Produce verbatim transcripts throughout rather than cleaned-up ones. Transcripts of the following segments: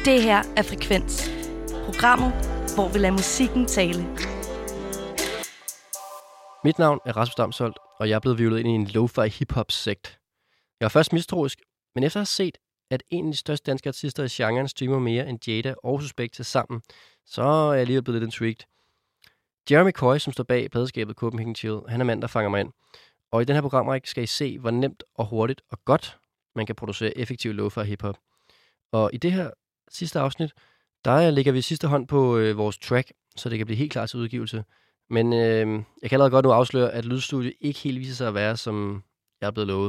Det her er Frekvens. Programmet, hvor vi lader musikken tale. Mit navn er Rasmus Damsholdt, og jeg er blevet hvirvlet ind i en lo-fi hip-hop-sekt. Jeg var først mistroisk, men efter at have set, at en af de største danske artister i genren streamer mere end Jada og Suspekt til sammen, så er jeg alligevel blevet lidt intrigued. Jeremy Coy, som står bag pladeskabet Copenhagen Chill, han er mand, der fanger mig ind. Og i den her programrække skal I se, hvor nemt og hurtigt og godt man kan producere effektiv lo-fi hip-hop. Og i det her sidste afsnit, der lægger vi sidste hånd på øh, vores track, så det kan blive helt klar til udgivelse. Men øh, jeg kan allerede godt nu afsløre, at lydstudiet ikke helt viser sig at være, som jeg er blevet lovet.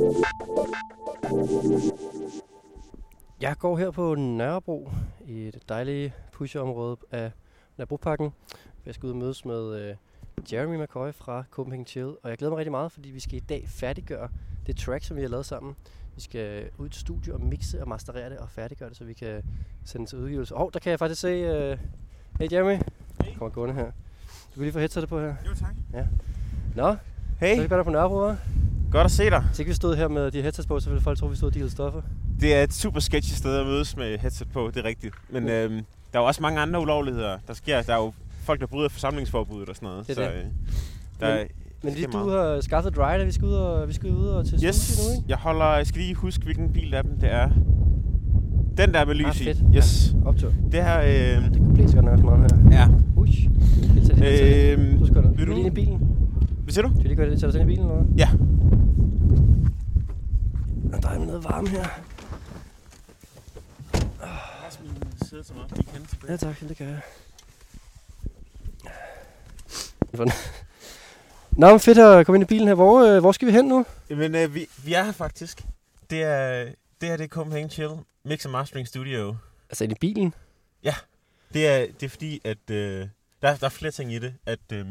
Jeg går her på Nørrebro, i et dejligt pusherområde af Nørrebroparken. Jeg skal ud og mødes med øh, Jeremy McCoy fra Copenhagen Chill, og jeg glæder mig rigtig meget, fordi vi skal i dag færdiggøre det track, som vi har lavet sammen. Vi skal ud til studio og mixe og masterere det og færdiggøre det, så vi kan sende til udgivelse. Åh, oh, der kan jeg faktisk se... Øh... Hey Jeremy. Hey. Kommer gående her. Du vil lige få headsetet på her. Jo, tak. Ja. Nå, Hey. så er vi godt på Nørrebro, hva'? Godt at se dig. Hvis ikke vi stod her med de headsets på, så ville folk tro, vi stod og dealede stoffer. Det er et super sketchy sted at mødes med headset på, det er rigtigt. Men Ja. øhm, der er jo også mange andre ulovligheder. Der sker, der er jo folk, der bryder forsamlingsforbuddet og sådan noget. Det er så, det. Øh, der Men- Men lige sker du meget. har skaffet rider, vi skal ud og, vi skal ud og til Yes, studie nu, ikke? jeg holder, jeg skal lige huske, hvilken bil af dem det er. Den der med lys Ah, i. fedt. Yes. Optur. Det her, øh, Det kunne blæse godt nok meget her. ja. Ush. Helt til det. Øhm, Du skal vil Vil du- du lige ind i bilen? Hvad siger du? Skal vi lige gøre det? Sætte os ind i bilen, eller hvad? Ja. Og der er noget varme her. Ja tak, det kan jeg. Nå, men fedt at komme ind i bilen her. Hvor, øh, hvor skal vi hen nu? Men øh, vi, vi er her faktisk. Det er, det her det er Copenhagen Chill Mix and Mastering Studio. Altså ind i bilen? Det er, det er fordi, at øh, der, der er flere ting i det, at, øh,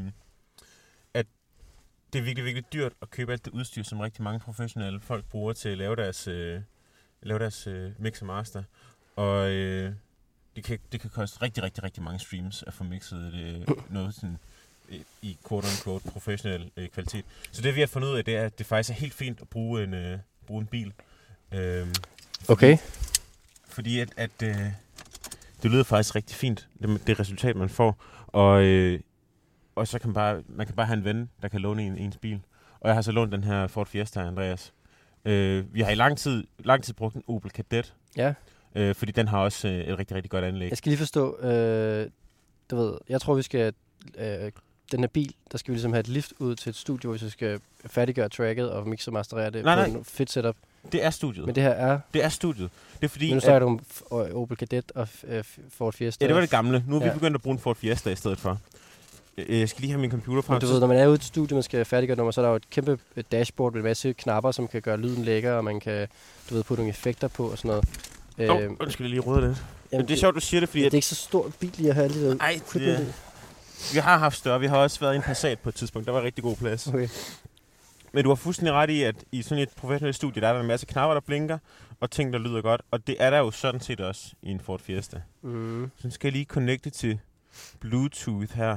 at det er virkelig, virkelig dyrt at købe alt det udstyr, som rigtig mange professionelle folk bruger til at lave deres, øh, lave deres øh, mix og master. Og øh, det, kan, det kan koste rigtig, rigtig, rigtig mange streams at få mixet øh, noget sådan, øh, i quote-unquote professionel øh, kvalitet. Så det vi har fundet ud af, det er, at det faktisk er helt fint at bruge en, øh, bruge en bil. Øh, Okay. fordi at, at øh, det lyder faktisk rigtig fint, det, det resultat, man får. Og, øh, og så kan man bare, man kan bare have en ven, der kan låne en, ens bil. Og jeg har så lånt den her Ford Fiesta, Andreas. Øh, vi har i lang tid, lang tid brugt en Opel Kadett, Ja. øh, fordi den har også øh, et rigtig, rigtig godt anlæg. Jeg skal lige forstå, øh, du ved, jeg tror vi skal, øh, den her bil, der skal vi ligesom have et lift ud til et studio, hvis vi skal færdiggøre tracket og mixe og masterere det Nej, på nej. en fedt setup. Det er studiet. Men det her er, Det er studiet. Det er fordi, men nu at, snakker du om f- øh, Opel Kadett og f- øh, f- Ford Fiesta. ja, det var det gamle. Nu er vi Ja. begyndt at bruge en Ford Fiesta i stedet for. Øh, Jeg skal lige have min computer frem. Men du ved, når man er ude i et studie, man skal færdiggøre nummer, så er der jo et kæmpe øh, dashboard med en masse knapper, som kan gøre lyden lækker, og man kan, du ved, putte nogle effekter på og sådan noget. Åh, Øhm, oh, undskyld, jeg lige røde lidt. jamen, Men det er sjovt, du siger det, fordi ja, at det er ikke så stor en bil lige at have alle de der Ej, equipment det- i. vi har haft større. Vi har også været i en Passat på et tidspunkt. Der var rigtig god plads. Okay. Men du har fuldstændig ret i, at i sådan et professionelt studie, der er der en masse knapper, der blinker, og ting, der lyder godt. Og det er der jo sådan set også i en Ford Fiesta. Mm. Så skal jeg lige connecte til Bluetooth her.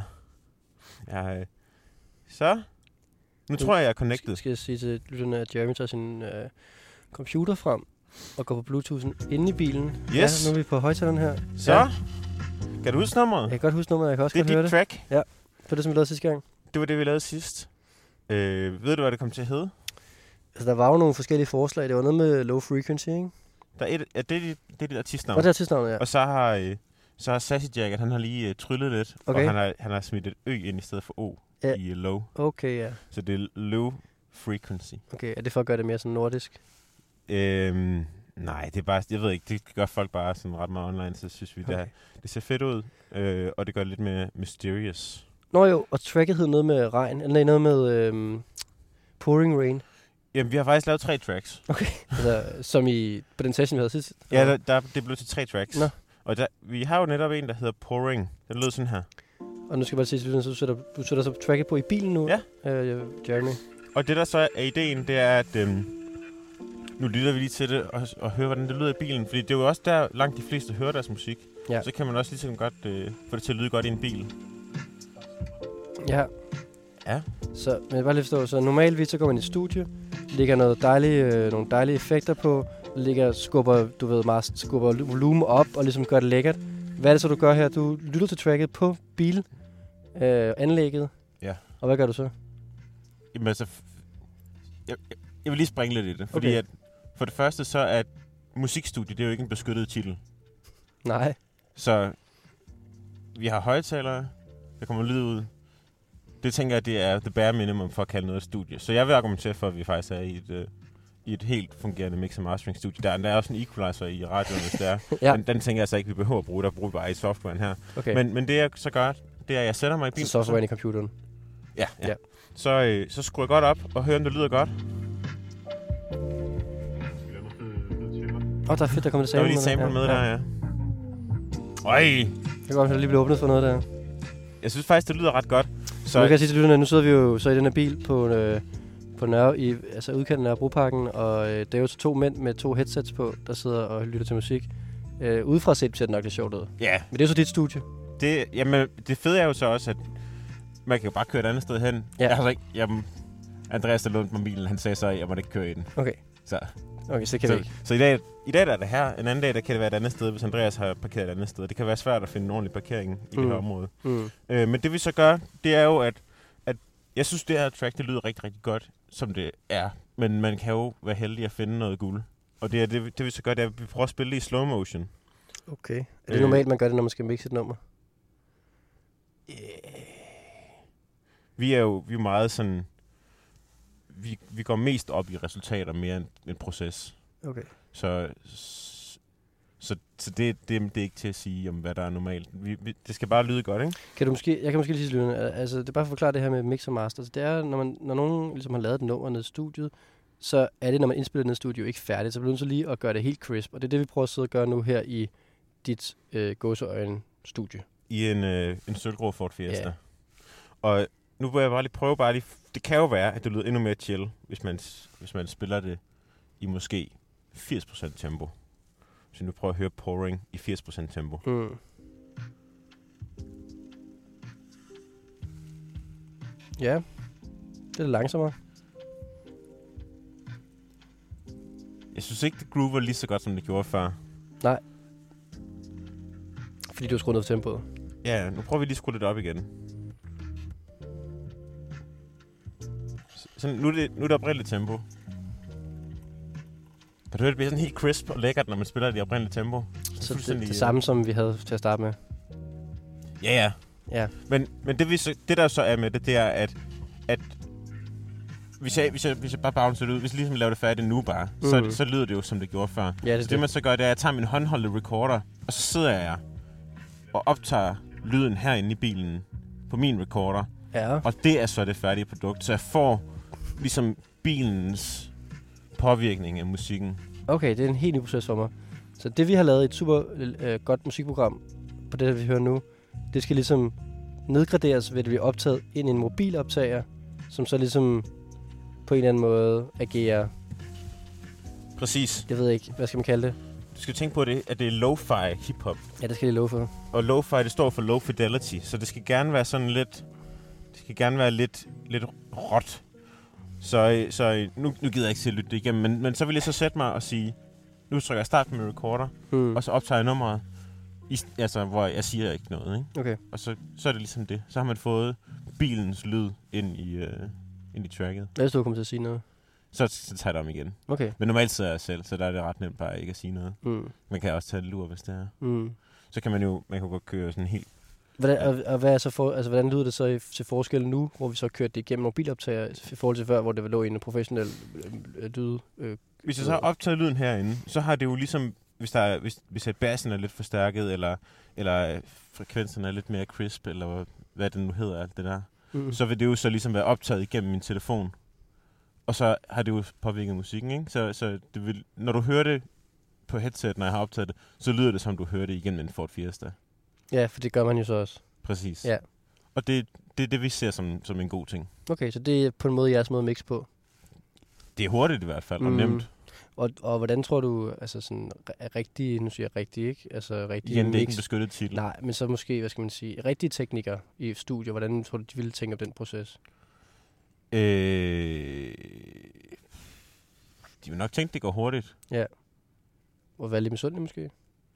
Ja, øh. Så. Nu tror jeg, jeg er connected. Skal jeg sige til lytterne, at Jeremy tager sin øh, computer frem og går på Bluetoothen inde i bilen. Yes. Ja, nu er vi på højtaleren her. Så. Ja. Kan du huske nummeret? Jeg kan godt huske nummeret, jeg kan også Det er godt høre dit det. track. Det var det, som vi lavede sidste gang. Det var det, vi lavede sidst. Øh, ved du, hvad det kom til at hedde? Altså, der var jo nogle forskellige forslag. Det var noget med low frequency, ikke? Der er et, ja, det er dit, det er dit artistnavn. Og det er artistnavnet, ja. Og så har, øh, så har Sassy Jacket, han har lige øh, tryllet lidt, Okay. og han har, han har smidt et ø ind i stedet for o Ja. i øh, low. Okay, ja. Så det er low frequency. Okay, er det for at gøre det mere sådan nordisk? Øhm, nej, det er bare, jeg ved ikke, det gør folk bare sådan ret meget online, så synes vi, okay. det, er, det ser fedt ud, øh, og det gør det lidt mere mysterious. Nå jo, og tracket hed noget med regn. Eller nej, noget med øhm, pouring rain. Jamen, vi har faktisk lavet tre tracks. Okay. Altså, som i, på den session, vi havde sidst. Ja, der, der, det blev til tre tracks. Nå. Og der, vi har jo netop en, der hedder Pouring. Den lød sådan her. Og nu skal jeg bare sige til lytterne, så du sætter, du sætter så tracket på i bilen nu. Ja. Øh, Jeremy. Og det der så er ideen, det er, at øhm, nu lytter vi lige til det og, og hører, hvordan det lyder i bilen. Fordi det er jo også der, langt de fleste hører deres musik. Ja. Så kan man også lige så godt øh, få det til at lyde godt i en bil. Ja. Ja. Så, men jeg bare lige forstå, så normalt så går man i et studie, ligger noget dejlige, øh, nogle dejlige effekter på, ligger, skubber, du ved, meget, skubber volumen op og ligesom gør det lækkert. Hvad er det så, du gør her? Du lytter til tracket på bil, øh, anlægget. Ja. Og hvad gør du så? Jamen altså, jeg, jeg, jeg vil lige springe lidt i det, fordi Okay. at for det første så er musikstudie, det er jo ikke en beskyttet titel. Nej. Så vi har højtalere, der kommer lyd ud. Det tænker jeg, det er the bare minimum for at kalde noget studie. Så jeg vil argumentere for, at vi faktisk er i et, uh, i et helt fungerende mix- og mastering-studie. Der, der er også en equalizer i radioen, hvis det er. Ja. Den, den tænker jeg så ikke, vi behøver at bruge. Der bruger vi bare i softwaren her. Okay. Men, men det jeg så gør, det er, at jeg sætter mig i bilen. Så software i computeren. Ja, ja. Ja. Så, øh, så skruer jeg godt op og hører, om det lyder godt. Åh, oh, der er fedt, der kommer det Der var sample lige et sample med, med der, ja. Øj! Jeg kan godt, at der lige blev åbnet for noget der. Jeg synes faktisk, det lyder ret godt. Så nu kan jeg sige til lytterne, nu sidder vi jo så i den her bil på, øh, på Nørre, i, altså udkanten af Broparken, og øh, det er jo så to mænd med to headsets på, der sidder og lytter til musik. Øh, udefra set ser det nok lidt sjovt ud. Ja. Men det er jo så dit studie. Det, jamen, det fede er jo så også, at man kan jo bare køre et andet sted hen. Ja. Jeg har så ikke... Jamen, Andreas, der lånte mig bilen, han sagde så, at jeg måtte ikke køre i den. Okay. Så, Okay, så det kan så, vi ikke. så i dag, i dag der er det her. En anden dag, der kan det være et andet sted, hvis Andreas har parkeret et andet sted. Det kan være svært at finde en ordentlig parkering i Mm. det her område. Mm. Øh, men det vi så gør, det er jo, at, at jeg synes, det her track, det lyder rigtig, rigtig godt, som det er. Men man kan jo være heldig at finde noget guld. Og det, er, det, det vi så gør, det er, at vi prøver at spille det i slow motion. Okay. Er det Øh. normalt, man gør det, når man skal mixe et nummer? Yeah. Vi er jo vi er meget sådan... Vi, vi går mest op i resultater mere end en proces. Okay. Så, så, så det, det, det er ikke til at sige, om hvad der er normalt. Vi, vi, det skal bare lyde godt, ikke? Kan du måske, jeg kan måske lige sige til lytterne, altså det er bare for at forklare det her med mix og master. Så det er, når, man, når nogen ligesom har lavet et nummer nede i studiet, så er det, når man indspiller nede i studiet, ikke færdigt. Så bliver man så lige at gøre det helt crisp. Og det er det, vi prøver at sidde og gøre nu her i dit øh, gåseøjne-studie. I en, øh, en sølvgrå Ford Fiesta. Ja. Og nu vil jeg bare lige prøve bare lige... Det kan jo være, at det lyder endnu mere chill, hvis man, hvis man spiller det i måske firs procent tempo. Så nu prøver at høre pouring i firs procent tempo. Mm. Ja, det er lidt langsommere. Jeg synes ikke, det groover lige så godt, som det gjorde før. Nej. Fordi du har skruet ned for tempoet. Ja, nu prøver vi lige at skrue lidt op igen. Så nu er det, nu er det oprindeligt tempo. Kan du høre, det bliver sådan helt crisp og lækkert, når man spiller det i oprindeligt tempo? Så det, det samme, som vi havde til at starte med. Ja, ja. Ja. Men, men det, vi så, det, der så er med det, det er, at, at hvis, jeg, hvis, jeg, hvis jeg bare bouncer det ud, hvis jeg ligesom laver det færdigt nu bare, mm. så, så lyder det jo, som det gjorde før. Ja, det, så det, det. det, man så gør, det er, at jeg tager min håndholdte recorder, og så sidder jeg og optager lyden herinde i bilen på min recorder. Ja. Og det er så det færdige produkt, så jeg får ligesom bilens påvirkning af musikken. Okay, det er en helt ny proces for mig. Så det, vi har lavet i et super øh, godt musikprogram, på det, vi hører nu, det skal ligesom nedgraderes ved at blive optaget ind i en mobiloptager, som så ligesom på en eller anden måde agerer... Præcis. Jeg ved ikke, hvad skal man kalde det? Du skal tænke på, det, at det er lo-fi hip-hop. Ja, det skal jeg love for. Og lo-fi, det står for low fidelity, så det skal gerne være sådan lidt... Det skal gerne være lidt, lidt råt. Så, så nu, nu gider jeg ikke til at lytte det igennem, men, men så vil jeg så sætte mig og sige, nu trykker jeg start med min recorder, Hmm. og så optager jeg nummeret, i, altså, hvor jeg siger ikke noget, ikke? Okay. Og så, så er det ligesom det. Så har man fået bilens lyd ind i, øh, ind i tracket. Hvad hvis du kommer til at sige noget? Så, så tager jeg det om igen. Okay. Men normalt sidder jeg selv, så der er det ret nemt bare ikke at sige noget. Mm. Man kan også tage et lur, hvis det er. Mm. Så kan man jo man kan godt køre sådan helt... Hvordan, og, og hvad er så for, altså, hvordan lyder det så i, til forskel nu, hvor vi så kørte det igennem mobiloptager, i forhold til før, hvor det lå i en professionel øh, lyd? Øh, Hvis jeg så har optaget lyden herinde, så har det jo ligesom... Hvis, der er, hvis, hvis bassen er lidt forstærket, eller, eller frekvensen er lidt mere crisp, eller hvad det nu hedder, alt det der, mm. så vil det jo så ligesom være optaget igennem min telefon. Og så har det jo påvirket musikken, ikke? Så, så det vil, når du hører det på headset, når jeg har optaget det, så lyder det, som du hører det igennem en Ford Fiesta. Ja, for det gør man jo så også. Præcis. Ja. Og det er det, det, vi ser som, som en god ting. Okay, så det er på en måde jeres måde at mixe på. Det er hurtigt i hvert fald, og Mm. nemt. Og, og hvordan tror du, altså sådan er rigtig, nu siger jeg rigtig, ikke? Altså rigtig Igen, det er ikke mix. en beskyttet titel. Nej, men så måske, hvad skal man sige, rigtige teknikere i studier, hvordan tror du, de ville tænke om den proces? Øh, de vil nok tænke, det går hurtigt. Ja. Og være lidt misundelig måske?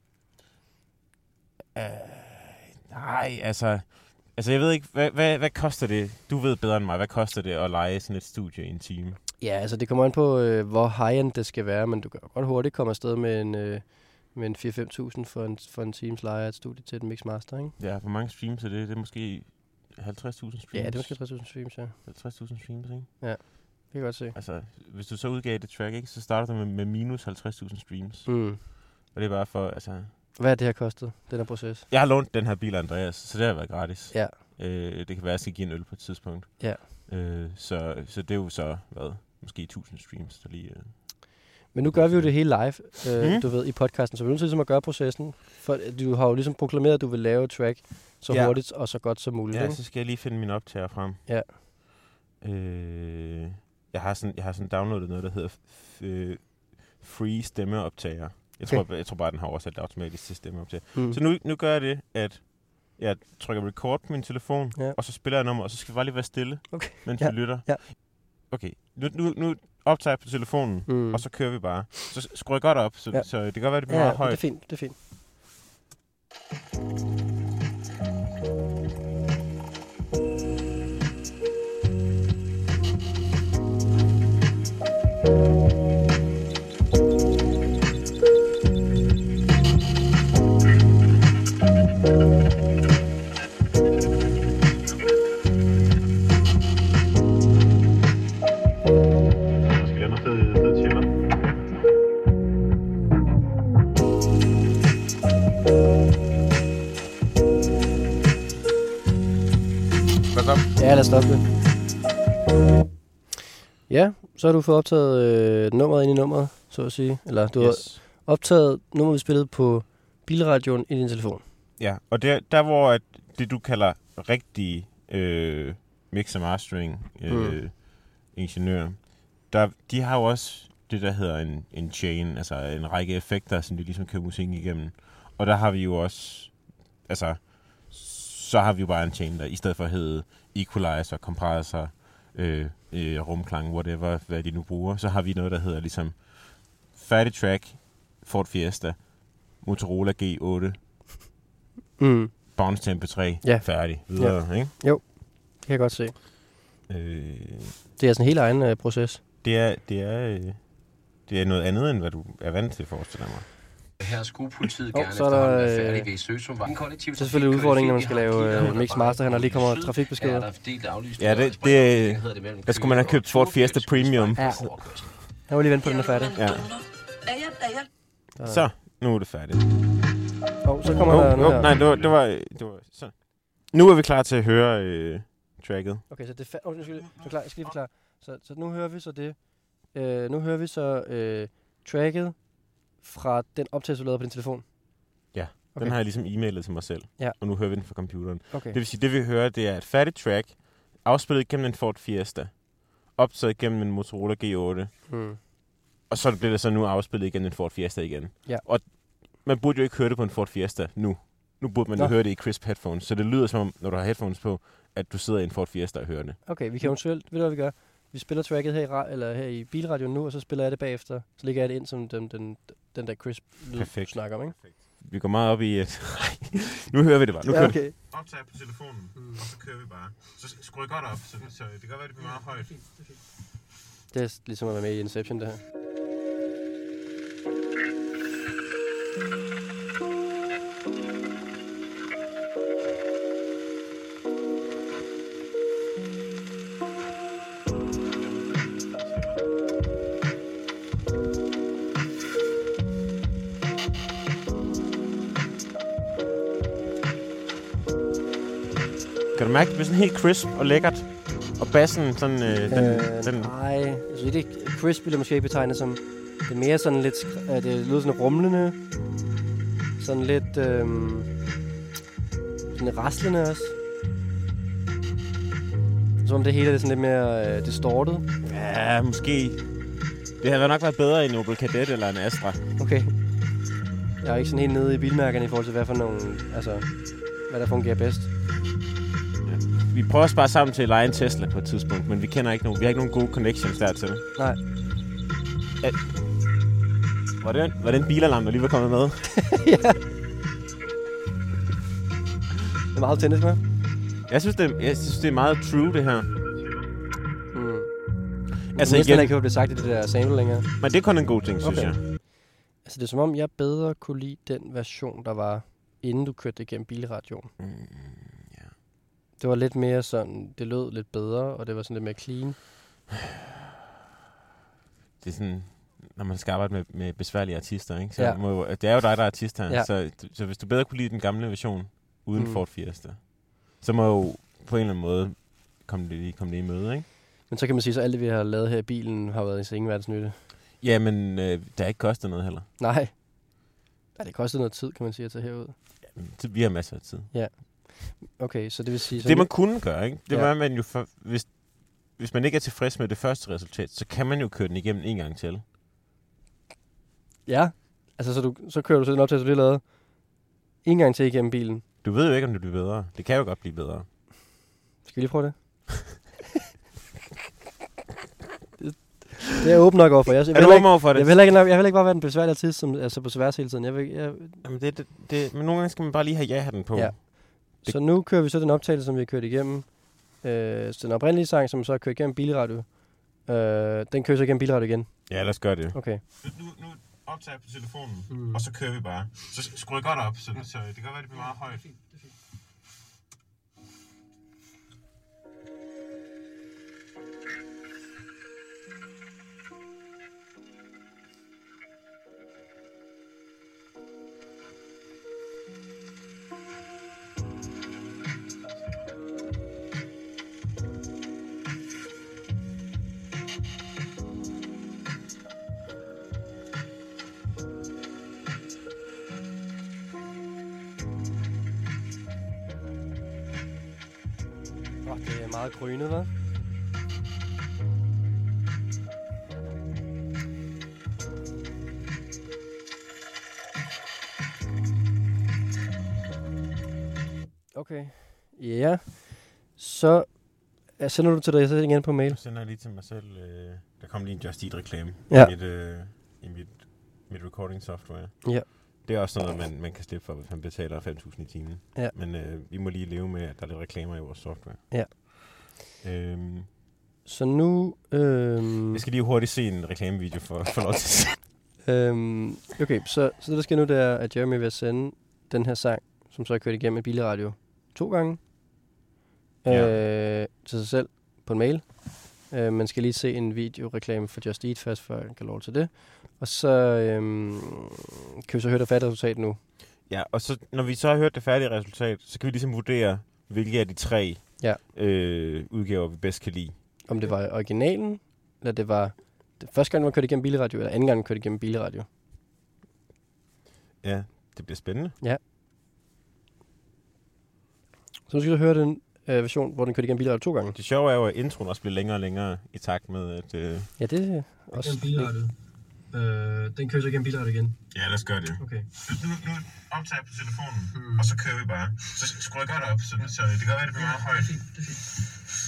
Uh, nej, altså... Altså, jeg ved ikke, hvad, hvad, hvad koster det? Du ved bedre end mig. Hvad koster det at lege sådan et studie i en time? Ja, altså det kommer an på, øh, hvor high-end det skal være, men du kan godt hurtigt komme afsted med en, øh, med en fire til fem tusind for en, for en times leje af et studie til et mixmaster, ikke? Ja, hvor mange streams er det? Det er måske halvtreds tusind streams? Ja, det er måske halvtreds tusind streams, ja. halvtreds tusind streams, ikke? Ja, det kan jeg godt se. Altså, hvis du så udgav det track, ikke, så starter du med, med minus halvtreds tusind streams. Mm. Og det er bare for, altså... Hvad er det her kostet, den her proces? Jeg har lånt den her bil af Andreas, så det har været gratis. Ja. Øh, det kan være, at jeg skal give en øl på et tidspunkt. Ja. Øh, så, så det er jo så, hvad, måske tusind streams, der lige... Øh. Men nu gør vi jo det hele live, øh, Mm. du ved, i podcasten, så vi er nødt til ligesom at gøre processen. For du har jo ligesom proklameret, at du vil lave et track så Ja. hurtigt og så godt som muligt, Ja, ikke? så skal jeg lige finde min optager frem. Ja. Øh, jeg, har sådan, jeg har sådan downloadet noget, der hedder f- øh, Free Stemmeoptager. Jeg tror, Okay. jeg tror bare, den har oversat det automatisk til stemmeoptager. Mm. Så nu, nu gør jeg det, at jeg trykker record på min telefon, Ja. og så spiller jeg nummer, og så skal vi bare lige være stille, Okay. mens Ja. vi lytter. Ja. Okay, nu, nu, nu optager jeg på telefonen, Mm. og så kører vi bare. Så skruer jeg godt op, så, Ja. så det kan godt være, det bliver Ja, meget det er højt. fint, det er fint. Skal jeg noget fed, fed chiller? Hvad så? Ja, lad os stoppe det. Ja, så har du fået optaget øh, nummeret ind i nummeret, så at sige. Eller du yes. Yes. har optaget nummeret, vi spillede på bilradioen i din telefon. Ja, og der, der hvor at det, du kalder rigtig øh, mix og mastering øh, mm. ingeniør, der, de har jo også det, der hedder en, en chain, altså en række effekter, som de ligesom kører musikken igennem. Og der har vi jo også, altså, så har vi jo bare en chain, der i stedet for at hedde equalizer, kompressor, øh, øh, rumklang, whatever, hvad de nu bruger, så har vi noget, der hedder ligesom færdig track, Ford Fiesta, Motorola G otte, Mm. bounce tempo tre, Ja. færdig, videre, ja. Ikke? Det kan jeg godt se. Øh, Det er sådan en helt egen øh, proces. det er, det er, øh, det er noget andet, end hvad du er vant til, forestiller mig. Her skulle politiet Åh, gerne så er der, efterhånden være øh, færdig ved Søsum. Det Det er selvfølgelig en udfordring, når man skal lave øh, mix master. Han har lige kommet trafikbeskeder. Ja, det, det, der skulle man have købt Ford Fiesta Premium. Ja. Jeg må lige vente på, den er færdig. Ja. Så, nu er det færdigt. Og så kommer Oh, der noget oh, her. nej, det var, det var, det var så. Nu er vi klar til at høre øh, tracket. Okay, så det er fa- oh, nu skal jeg, forklare, jeg skal lige forklare. Så, så nu hører vi så det. Øh, nu hører vi så øh, tracket fra den optagelse, du lavede på din telefon. Ja, Okay. den har jeg ligesom e-mailet til mig selv. Ja. Og nu hører vi den fra computeren. Okay. Det vil sige, det vi hører, det er et færdigt track, afspillet gennem en Ford Fiesta, optaget gennem en Motorola G otte, Hmm. og så bliver det så nu afspillet igen en Ford Fiesta igen. Ja. Og man burde jo ikke høre det på en Ford Fiesta nu. Nu burde man Nå. jo høre det i crisp headphones, så det lyder som om, når du har headphones på, at du sidder i en Ford Fiesta og hører det. Okay, vi kan eventuelt, ved du hvad vi gør? Vi spiller tracket her i, ra- eller her i bilradioen nu, og så spiller jeg det bagefter. Så lægger jeg det ind som den, den, den der crisp lyd, du Perfekt. snakker om, ikke? Vi går meget op i, at nu hører vi det bare. Nu Ja, kører det. okay. Optag på telefonen, og så kører vi bare. Så skruer jeg godt op, så, så det kan godt være, det bliver meget højt. Det er ligesom at være med i Inception, det her. Kan du mærke, det bliver sådan helt crisp og lækkert? Og bassen, sådan, øh, den, Øh, den, nej, jeg synes ikke, crisp ville jeg måske betegne som, det er mere sådan lidt, skr- øh, det lyder sådan rumlende, sådan lidt, øh, sådan raslende også. Som om det hele er sådan lidt mere øh, distorted. ja, måske. Det havde nok været bedre i en Opel Kadett eller en Astra. Okay. Jeg er ikke sådan helt nede i bilmærkerne i forhold til, hvad for nogle, altså, hvad der fungerer bedst. Vi prøver at spare sammen til at lege en Tesla på et tidspunkt, men vi kender ikke nogen, vi har ikke nogen gode connections dertil. Nej. at, var, det, var det en bilalarm, der lige var kommet med? Ja. Det er meget tændigt, med. Jeg synes, det, jeg synes, det er meget true, det her. Mm. Altså, jeg igen, ikke hørt det sagt i det der sample længere. Men det er kun en god ting, synes Okay. jeg. Altså, det er som om, jeg bedre kunne lide den version, der var, inden du kørte det igennem bilradioen. Mm, ja. Det var lidt mere sådan, det lød lidt bedre, og det var sådan lidt mere clean. Det er sådan, når man skal arbejde med, med besværlige artister, ikke? Så Ja. må, det er jo dig, der er artist her. Ja. Så, så hvis du bedre kunne lide den gamle version, uden Mm. mm. Ford Fiesta, så må jo på en eller anden måde komme det, komme det i møde, ikke? Men så kan man sige, så alt det, vi har lavet her i bilen, har været i ingen verdensnytte. Ja, men øh, det har ikke kostet noget heller. Nej. Ja, det kostede noget tid, kan man sige, at tage herud. Så vi har masser af tid. Okay, så det vil sige... Så Det man kunne gøre, ikke? Det Ja. var, man jo for, hvis, hvis man ikke er tilfreds med det første resultat, så kan man jo køre den igennem en gang til. Ja, altså så, du, så kører du så den optagelse, du lige lavede en gang til igennem bilen. Du ved jo ikke, om det bliver bedre. Det kan jo godt blive bedre. Skal vi lige prøve det? det, det er jeg åben nok overfor. Jeg, jeg, Er vil du ikke, åben over for det? jeg, vil heller ikke, jeg vil ikke bare være den besværlige artist, som er så på sværs hele tiden. Jeg vil, jeg, Jamen det, det, det, men nogle gange skal man bare lige have ja-hatten på. Ja. Det- Så nu kører vi så den optagelse, som vi har kørt igennem. Øh, så den oprindelige sang, som så har kørt igennem bilradio, øh, den kører så igennem bilradio igen. Ja, lad os gøre det. Okay. Nu, nu optager jeg på telefonen, Mm. og så kører vi bare. Så skruer godt op, så, så det kan godt være, det bliver meget højt. Oh, det er meget grynet, hva'? Okay. Ja. Så ja, sender du til dig selv igen på mail. Jeg sender lige til mig selv. Øh, der kom lige en Just Eat-reklame Ja. i, mit, øh, i mit, mit recording software. Ja. Det er også sådan noget, man, man kan slippe for, hvis man betaler fem tusind i timen. Ja. Men øh, vi må lige leve med, at der er lidt reklamer i vores software. Ja. Øhm, Så nu... Øhm, jeg skal lige hurtigt se en reklamevideo for, for lov til at øhm, okay, så, så det der sker nu, det er, at Jeremy vil sende den her sang, som så er kørt igennem et bilradio to gange, Ja. øh, til sig selv på en mail. Øh, man skal lige se en videoreklame for Just Eat først, før han kan lov til det. Og så øhm, kan vi så høre det færdige resultat nu. Ja, og så, når vi så har hørt det færdige resultat, så kan vi ligesom vurdere, hvilke af de tre Ja. øh, udgaver, vi bedst kan lide. Om det var originalen, eller det var det første gang, man kørte igennem bilradio, eller anden gang, man kørte igennem bilradio. Ja, det bliver spændende. Så nu skal du høre den øh, version, hvor den kørte igennem bilradio to gange. Det sjove er jo, at introen også bliver længere og længere i takt med, at... Øh... Ja, det er også... Bilradio. Øh, den kører så igennem bilradio igen. Ja, lad os gøre det. Okay. Nu, nu optager jeg på telefonen, mm. og så kører vi bare. Så skruer jeg godt op, så, så det kan godt være, det bliver meget højt. Det er fint, det er fint.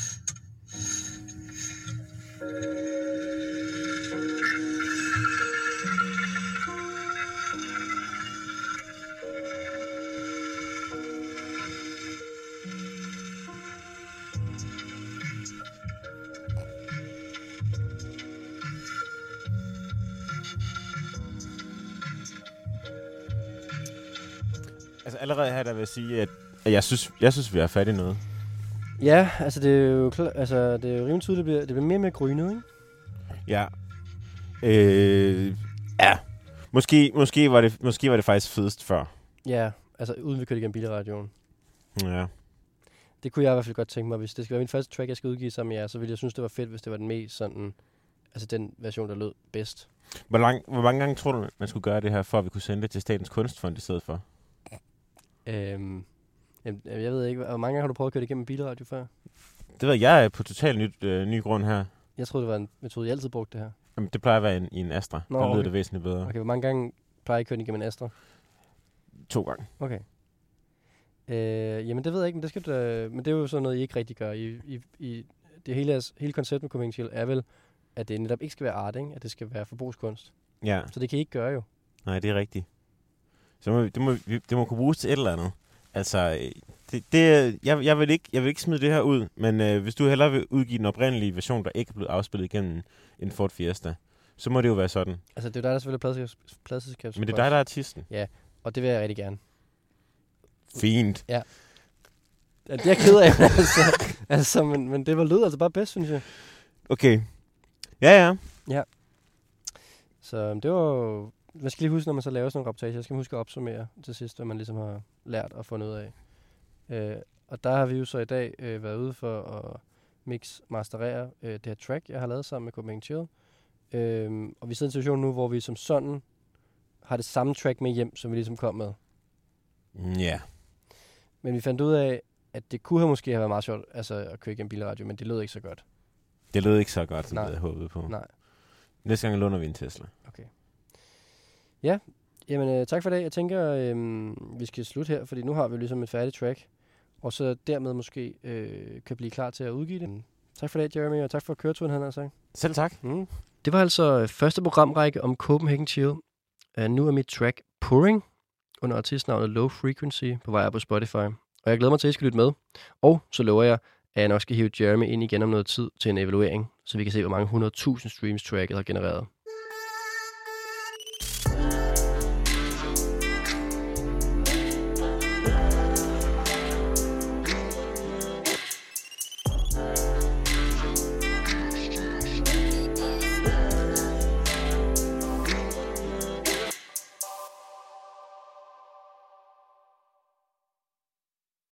Altså allerede her, der vil jeg sige, at, at jeg, synes, jeg synes, vi er fat i noget. Ja, altså det er jo, klar, altså, det er jo rimelig tydeligt, det bliver, det bliver mere og mere grynet, ikke? Ja. Øh, ja. Måske, måske, var det, måske var det faktisk fedest før. Ja, altså uden vi kørte igennem bilradioen. Ja. Det kunne jeg i hvert fald godt tænke mig. Hvis det skal være min første track, jeg skal udgive sammen med jer, så ville jeg synes, det var fedt, hvis det var den mest sådan... Altså den version, der lød bedst. Hvor, lang, hvor mange gange tror du, man skulle gøre det her, for at vi kunne sende det til Statens Kunstfond i stedet for? Øhm, jamen, jeg ved ikke, hvor mange gange har du prøvet at køre det igennem bilradio før? Det ved jeg, jeg er på totalt nyt, øh, ny grund her. Jeg troede, det var en metode, jeg altid brugte det her. Jamen, det plejer at være en, i en Astra. Nå, Der lyder okay. det væsentligt bedre. Okay, hvor mange gange plejer I at køre den igennem en Astra? To gange. Okay. Øh, jamen det ved jeg ikke, men det, skal du, men det er jo sådan noget, I ikke rigtig gør. I, I, I, det hele, hele konceptet med Coming Chill er vel, at det netop ikke skal være art, ikke? At det skal være forbrugskunst. Ja, Så det kan I ikke gøre jo. nej, det er rigtigt. Så må, vi- det, må, vi- det må kunne bruges til et eller andet. Altså, øh, det, det, jeg, jeg, vil ikke, jeg vil ikke smide det her ud, men øh, hvis du hellere vil udgive den oprindelige version, der ikke er blevet afspillet igennem en Ford Fiesta, så må det jo være sådan. Altså, det er jo dig, der selvfølgelig er pladselskab. Men det er dig, der er artisten. Og det vil jeg rigtig gerne. Fint. Ja, det er jeg ked af, altså. altså men, men det var lyd altså bare bedst, synes jeg. Okay. Ja, ja. Så det var jo... Man skal lige huske, når man så laver sådan en reportage, så skal man huske at opsummere til sidst, hvad man ligesom har lært og fundet ud af. Øh, og der har vi jo så i dag øh, været ude for at mix, masterere øh, det her track, jeg har lavet sammen med Copenhagen Chill. Øh, og vi sidder i en situation nu, hvor vi som sådan har det samme track med hjem, som vi ligesom kom med. Ja. Men vi fandt ud af, at det kunne have måske have været meget sjovt altså, at køre igennem bilradio, men det lød ikke så godt. Det lød ikke så godt, som Nej. jeg havde håbet på. Nej. Næste gang låner vi en Tesla. Jamen, øh, tak for det. Jeg tænker, øh, vi skal slutte her, fordi nu har vi ligesom et færdigt track, og så dermed måske øh, kan blive klar til at udgive det. Tak for det, Jeremy, og tak for køreturen, han har sagt. Selv tak. Mm. Det var altså første programrække om Copenhagen Chill. Uh, nu er mit track Purring under artistnavnet Low Frequency på vej op på Spotify. Og jeg glæder mig til, at I skal lytte med. Og så lover jeg, at jeg nok skal hive Jeremy ind igen om noget tid til en evaluering, så vi kan se, hvor mange hundrede tusind streams tracket har genereret.